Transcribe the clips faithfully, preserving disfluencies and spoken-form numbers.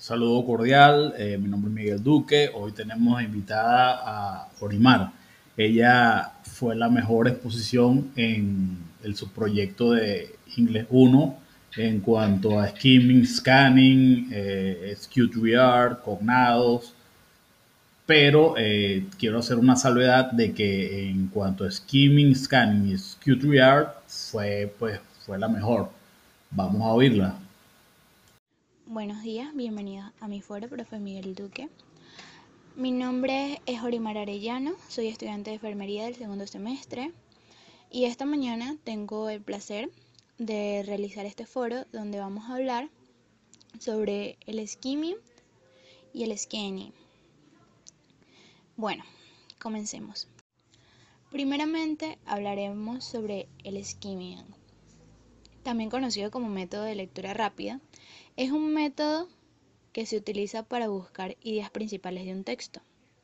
saludo cordial, eh, mi nombre es Miguel Duque. Hoy tenemos invitada a Orimar. Ella fue la mejor exposición en el subproyecto de Inglés uno en cuanto a skimming, scanning, eh, S Q tres R, cognados, pero eh, quiero hacer una salvedad de que en cuanto a skimming, scanning y S Q tres R fue, pues, fue la mejor. Vamos a oírla. Buenos días, bienvenidos a mi foro, profe Miguel Duque. Mi nombre es Orimar Arellano, soy estudiante de enfermería del segundo semestre y esta mañana tengo el placer de realizar este foro donde vamos a hablar sobre el skimming y el scanning. Bueno, comencemos. Primeramente hablaremos sobre el skimming, también conocido como método de lectura rápida. Es un método que se utiliza para buscar ideas principales de un texto.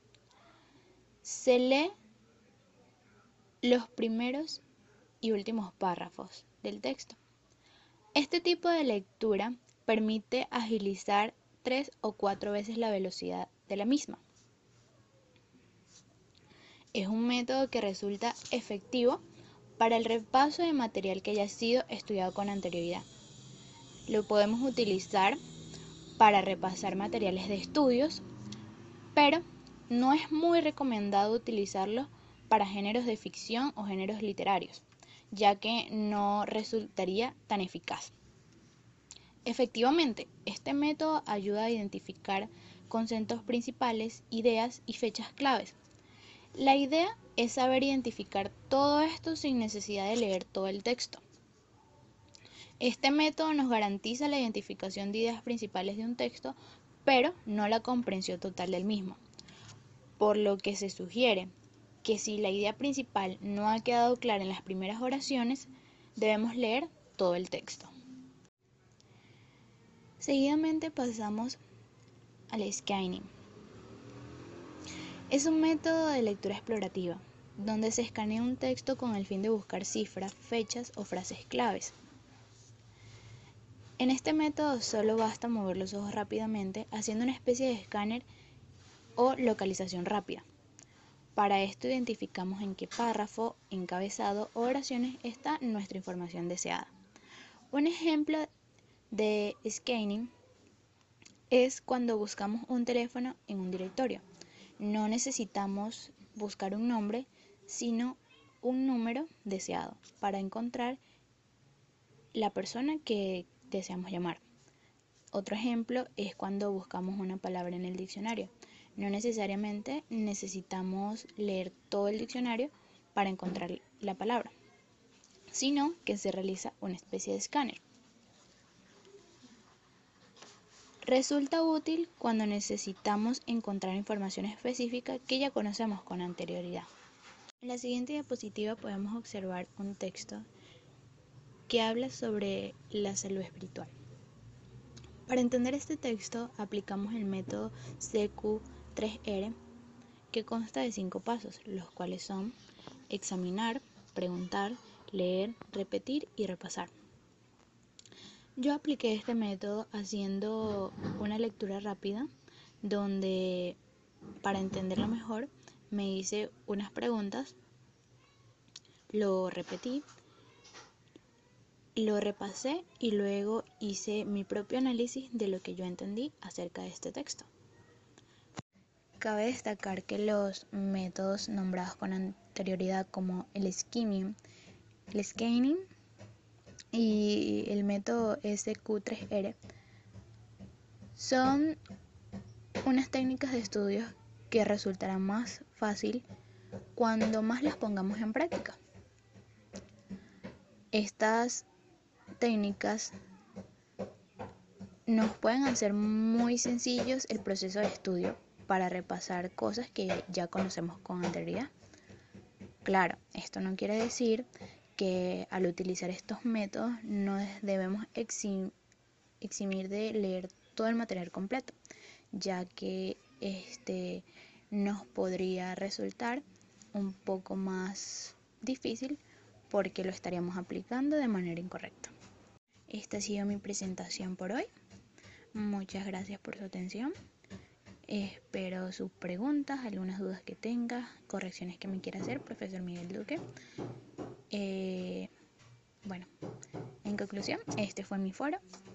Se lee los primeros y últimos párrafos del texto. Este tipo de lectura permite agilizar tres o cuatro veces la velocidad de la misma. Es un método que resulta efectivo para el repaso de material que haya sido estudiado con anterioridad. Lo podemos utilizar para repasar materiales de estudios, pero no es muy recomendado utilizarlo para géneros de ficción o géneros literarios, ya que no resultaría tan eficaz. Efectivamente, este método ayuda a identificar conceptos principales, ideas y fechas claves. La idea es saber identificar todo esto sin necesidad de leer todo el texto. Este método nos garantiza la identificación de ideas principales de un texto, pero no la comprensión total del mismo, por lo que se sugiere que si la idea principal no ha quedado clara en las primeras oraciones, debemos leer todo el texto. Seguidamente pasamos al scanning. Es un método de lectura explorativa, donde se escanea un texto con el fin de buscar cifras, fechas o frases claves. En este método solo basta mover los ojos rápidamente haciendo una especie de escáner o localización rápida. Para esto identificamos en qué párrafo, encabezado o oraciones está nuestra información deseada. Un ejemplo de scanning es cuando buscamos un teléfono en un directorio. No necesitamos buscar un nombre, sino un número deseado para encontrar la persona que deseamos llamar. Otro ejemplo es cuando buscamos una palabra en el diccionario. No necesariamente necesitamos leer todo el diccionario para encontrar la palabra, sino que se realiza una especie de escáner. Resulta útil cuando necesitamos encontrar información específica que ya conocemos con anterioridad. En la siguiente diapositiva podemos observar un texto que habla sobre la salud espiritual. Para entender este texto aplicamos el método C Q tres R, que consta de cinco pasos, los cuales son examinar, preguntar, leer, repetir y repasar. Yo apliqué este método haciendo una lectura rápida donde, para entenderlo mejor, me hice unas preguntas, lo repetí, lo repasé y luego hice mi propio análisis de lo que yo entendí acerca de este texto. Cabe destacar que los métodos nombrados con anterioridad como el skimming, el scanning y el método S Q tres R son unas técnicas de estudio que resultarán más fácil cuando más las pongamos en práctica. Estas técnicas nos pueden hacer muy sencillos el proceso de estudio para repasar cosas que ya conocemos con anterioridad. Claro, esto no quiere decir que al utilizar estos métodos no debemos exim- eximir de leer todo el material completo, ya que este nos podría resultar un poco más difícil porque lo estaríamos aplicando de manera incorrecta. Esta ha sido mi presentación por hoy. Muchas gracias por su atención. Espero sus preguntas, algunas dudas que tenga, correcciones que me quiera hacer, profesor Miguel Duque. Eh, bueno, en conclusión, este fue mi foro.